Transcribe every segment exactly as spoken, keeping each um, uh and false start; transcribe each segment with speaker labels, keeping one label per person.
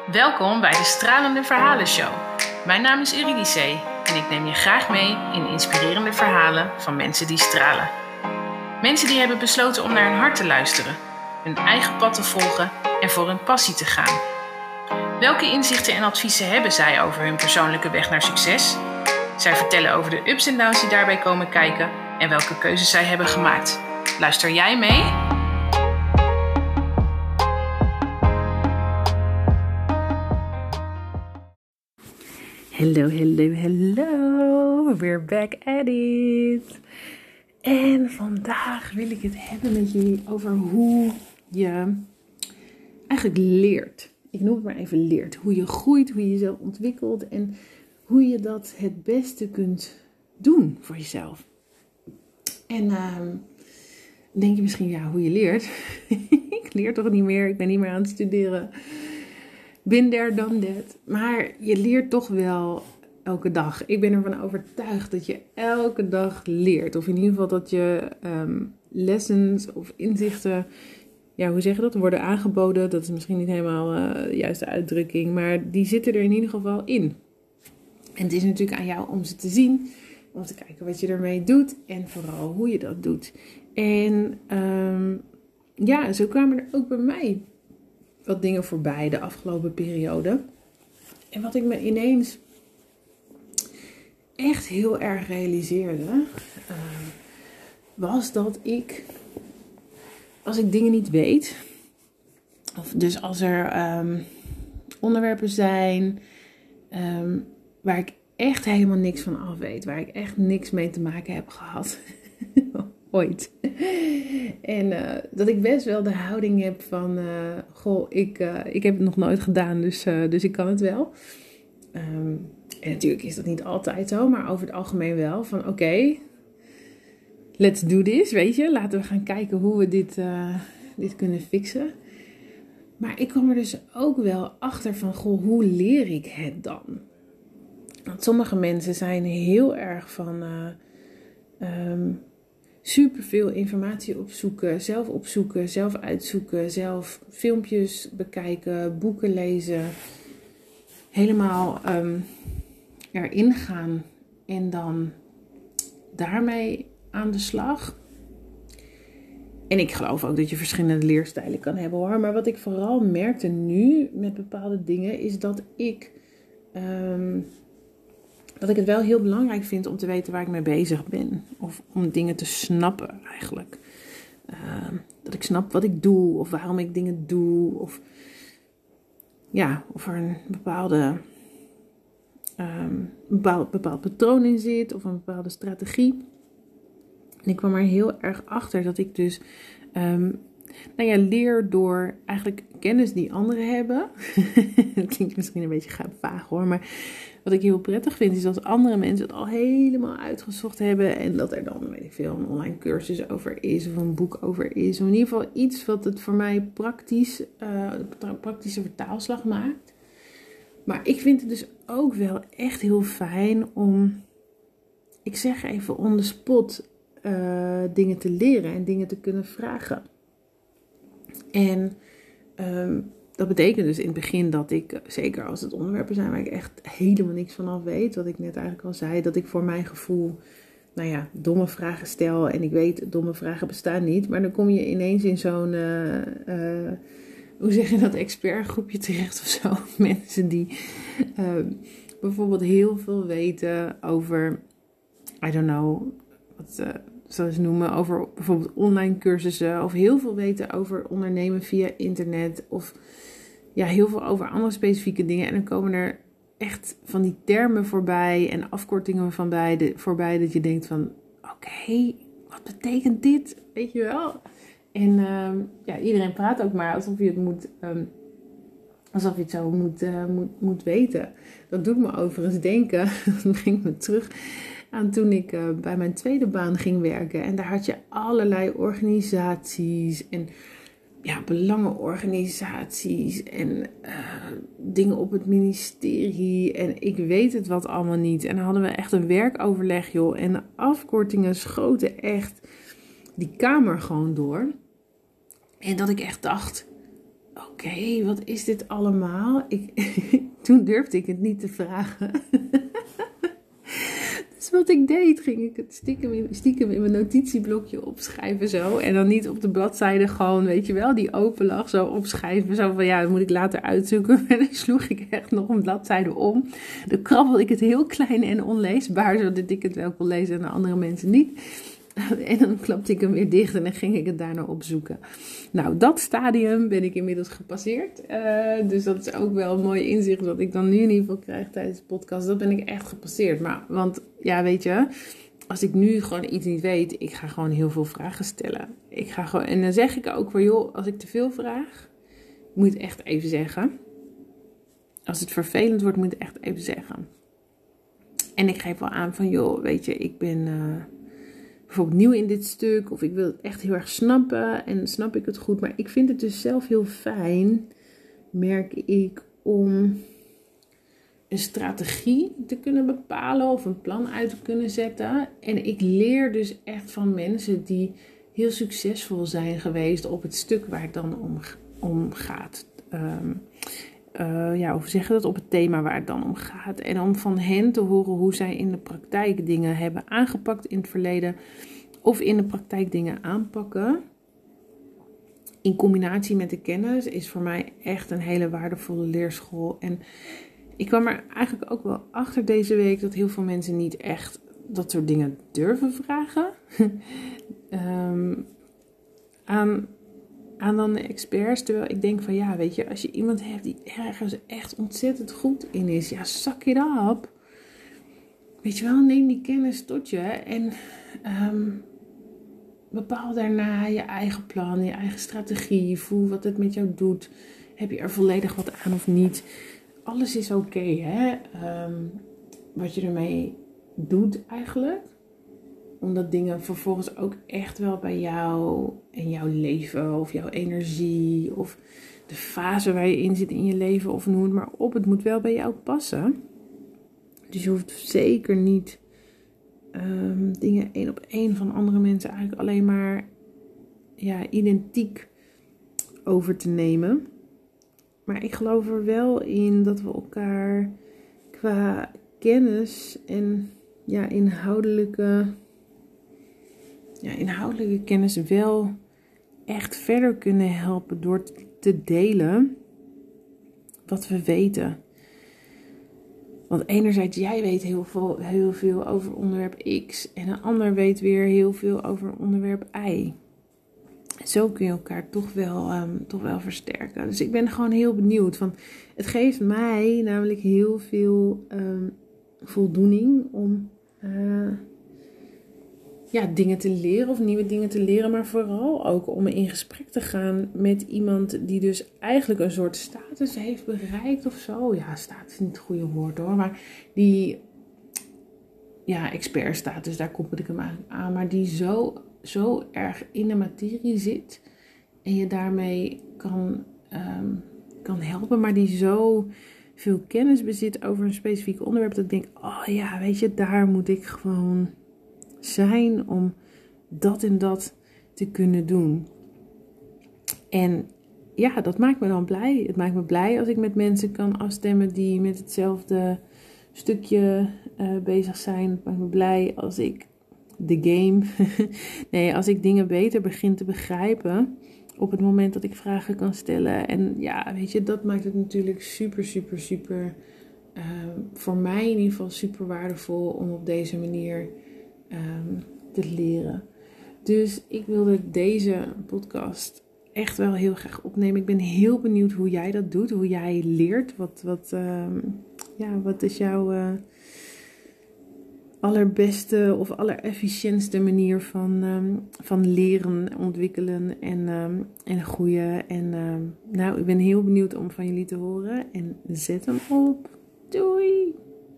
Speaker 1: Welkom bij de Stralende Verhalen Show. Mijn naam is Eurydice en ik neem je graag mee in inspirerende verhalen van mensen die stralen. Mensen die hebben besloten om naar hun hart te luisteren, hun eigen pad te volgen en voor hun passie te gaan. Welke inzichten en adviezen hebben zij over hun persoonlijke weg naar succes? Zij vertellen over de ups en downs die daarbij komen kijken en welke keuzes zij hebben gemaakt. Luister jij mee? Hallo, hallo, hallo. We're back at it. En vandaag wil ik het hebben met jullie over hoe je eigenlijk leert. Ik noem het maar even leert. Hoe je groeit, hoe je jezelf ontwikkelt en hoe je dat het beste kunt doen voor jezelf. En uh, denk je misschien, ja, hoe je leert. Ik leer toch niet meer, ik ben niet meer aan het studeren. Been there, done that. Maar je leert toch wel elke dag. Ik ben ervan overtuigd dat je elke dag leert. Of in ieder geval dat je um, lessons of inzichten, ja, hoe zeg je dat, worden aangeboden. Dat is misschien niet helemaal uh, de juiste uitdrukking. Maar die zitten er in ieder geval in. En het is natuurlijk aan jou om ze te zien. Om te kijken wat je ermee doet. En vooral hoe je dat doet. En um, ja, zo kwamen er ook bij mij wat dingen voorbij de afgelopen periode. En wat ik me ineens echt heel erg realiseerde, uh, was dat ik, als ik dingen niet weet, of dus als er um, onderwerpen zijn um, waar ik echt helemaal niks van af weet, waar ik echt niks mee te maken heb gehad, ooit. En uh, dat ik best wel de houding heb van, uh, goh, ik, uh, ik heb het nog nooit gedaan, dus, uh, dus ik kan het wel. Um, en natuurlijk is dat niet altijd zo, maar over het algemeen wel. Van oké, okay, let's do this, weet je. Laten we gaan kijken hoe we dit, uh, dit kunnen fixen. Maar ik kwam er dus ook wel achter van, goh, hoe leer ik het dan? Want sommige mensen zijn heel erg van Uh, um, super veel informatie opzoeken, zelf opzoeken, zelf uitzoeken, zelf filmpjes bekijken, boeken lezen. Helemaal um, erin gaan en dan daarmee aan de slag. En ik geloof ook dat je verschillende leerstijlen kan hebben hoor. Maar wat ik vooral merkte nu met bepaalde dingen is dat ik Um, dat ik het wel heel belangrijk vind om te weten waar ik mee bezig ben. Of om dingen te snappen eigenlijk. Uh, dat ik snap wat ik doe. Of waarom ik dingen doe. Of ja, of er een bepaalde, um, bepaald, bepaald patroon in zit. Of een bepaalde strategie. En ik kwam er heel erg achter dat ik dus Um, nou ja, leer door eigenlijk kennis die anderen hebben. Dat klinkt misschien een beetje vaag hoor. Maar wat ik heel prettig vind is dat andere mensen het al helemaal uitgezocht hebben. En dat er dan, weet ik veel, een online cursus over is. Of een boek over is. Of in ieder geval iets wat het voor mij praktisch, uh, praktische vertaalslag maakt. Maar ik vind het dus ook wel echt heel fijn om, ik zeg even on the spot, uh, dingen te leren en dingen te kunnen vragen. En um, dat betekent dus in het begin dat ik, zeker als het onderwerpen zijn waar ik echt helemaal niks van af weet, wat ik net eigenlijk al zei, dat ik voor mijn gevoel, nou ja, domme vragen stel. En ik weet, domme vragen bestaan niet, maar dan kom je ineens in zo'n, uh, uh, hoe zeg je dat, expertgroepje terecht of zo. Mensen die uh, bijvoorbeeld heel veel weten over, I don't know, wat uh, zoals ze noemen, over bijvoorbeeld online cursussen. Of heel veel weten over ondernemen via internet. Of ja, heel veel over andere specifieke dingen. En dan komen er echt van die termen voorbij en afkortingen van bij de, voorbij. Dat je denkt van, oké, okay, wat betekent dit? Weet je wel? En um, ja, iedereen praat ook maar alsof je het moet, um, alsof je het zo moet, uh, moet, moet weten. Dat doet me overigens denken, dat brengt me terug aan toen ik uh, bij mijn tweede baan ging werken. En daar had je allerlei organisaties en ja, belangenorganisaties en uh, dingen op het ministerie. En ik weet het wat allemaal niet. En dan hadden we echt een werkoverleg, joh. En de afkortingen schoten echt die kamer gewoon door. En dat ik echt dacht, oké, oké, okay, wat is dit allemaal? Ik, toen durfde ik het niet te vragen. Dus wat ik deed, ging ik het stiekem in, stiekem in mijn notitieblokje opschrijven zo. En dan niet op de bladzijde gewoon, weet je wel, die open lag, zo opschrijven. Zo van, ja, dat moet ik later uitzoeken. En dan sloeg ik echt nog een bladzijde om. Dan krabbelde ik het heel klein en onleesbaar, zodat ik het wel kon lezen en de andere mensen niet. En dan klapte ik hem weer dicht en dan ging ik het daarna opzoeken. Nou, dat stadium ben ik inmiddels gepasseerd. Uh, dus dat is ook wel een mooi inzicht wat ik dan nu in ieder geval krijg tijdens de podcast. Dat ben ik echt gepasseerd. Maar, want ja, weet je, als ik nu gewoon iets niet weet, ik ga gewoon heel veel vragen stellen. Ik ga gewoon, en dan zeg ik ook van, joh, als ik te veel vraag, moet je het echt even zeggen. Als het vervelend wordt, moet je het echt even zeggen. En ik geef wel aan van, joh, weet je, ik ben... Uh, bijvoorbeeld nieuw in dit stuk, of ik wil het echt heel erg snappen en snap ik het goed. Maar ik vind het dus zelf heel fijn, merk ik, om een strategie te kunnen bepalen of een plan uit te kunnen zetten. En ik leer dus echt van mensen die heel succesvol zijn geweest op het stuk waar het dan om, om gaat. Um, Uh, ja, hoe zeg je dat, op het thema waar het dan om gaat. En om van hen te horen hoe zij in de praktijk dingen hebben aangepakt in het verleden. Of in de praktijk dingen aanpakken. In combinatie met de kennis is voor mij echt een hele waardevolle leerschool. En ik kwam er eigenlijk ook wel achter deze week dat heel veel mensen niet echt dat soort dingen durven vragen. um, aan... aan dan de experts, terwijl ik denk van ja, weet je, als je iemand hebt die ergens echt ontzettend goed in is, ja, suck it up. Weet je wel, neem die kennis tot je en um, bepaal daarna je eigen plan, je eigen strategie, voel wat het met jou doet. Heb je er volledig wat aan of niet? Alles is oké, okay, hè? Um, wat je ermee doet eigenlijk. Omdat dingen vervolgens ook echt wel bij jou en jouw leven of jouw energie of de fase waar je in zit in je leven of noem het maar op. Het moet wel bij jou passen. Dus je hoeft zeker niet um, dingen één op één van andere mensen eigenlijk alleen maar ja, identiek over te nemen. Maar ik geloof er wel in dat we elkaar qua kennis en ja, inhoudelijke... Ja, inhoudelijke kennis wel echt verder kunnen helpen door te delen wat we weten. Want enerzijds, jij weet heel veel, heel veel over onderwerp X en een ander weet weer heel veel over onderwerp Y. Zo kun je elkaar toch wel, um, toch wel versterken. Dus ik ben gewoon heel benieuwd. Van, het geeft mij namelijk heel veel um, voldoening om... Uh, Ja, dingen te leren of nieuwe dingen te leren, maar vooral ook om in gesprek te gaan met iemand die dus eigenlijk een soort status heeft bereikt of zo. Ja, status is niet het goede woord hoor, maar die, ja, expertstatus, daar koppel ik hem eigenlijk aan, maar die zo, zo erg in de materie zit en je daarmee kan, um, kan helpen, maar die zo veel kennis bezit over een specifiek onderwerp dat ik denk, oh ja, weet je, daar moet ik gewoon... zijn om dat en dat te kunnen doen. En ja, dat maakt me dan blij. Het maakt me blij als ik met mensen kan afstemmen die met hetzelfde stukje uh, bezig zijn. Het maakt me blij als ik de game, nee, als ik dingen beter begin te begrijpen op het moment dat ik vragen kan stellen. En ja, weet je, dat maakt het natuurlijk super, super, super uh, voor mij in ieder geval super waardevol om op deze manier Um, te leren. Dus ik wilde deze podcast echt wel heel graag opnemen. Ik ben heel benieuwd hoe jij dat doet, hoe jij leert. Wat, wat, um, ja, wat is jouw uh, allerbeste of allerefficiëntste manier van, um, van leren, ontwikkelen en, um, en groeien. En um, nou, ik ben heel benieuwd om van jullie te horen. En zet hem op. Doei!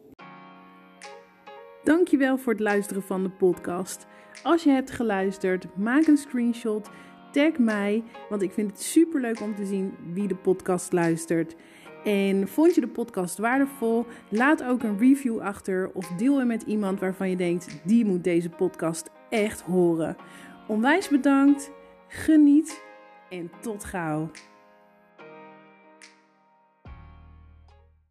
Speaker 1: Dankjewel voor het luisteren van de podcast. Als je hebt geluisterd, maak een screenshot, tag mij, want ik vind het super leuk om te zien wie de podcast luistert. En vond je de podcast waardevol? Laat ook een review achter of deel hem met iemand waarvan je denkt, die moet deze podcast echt horen. Onwijs bedankt, geniet en tot gauw.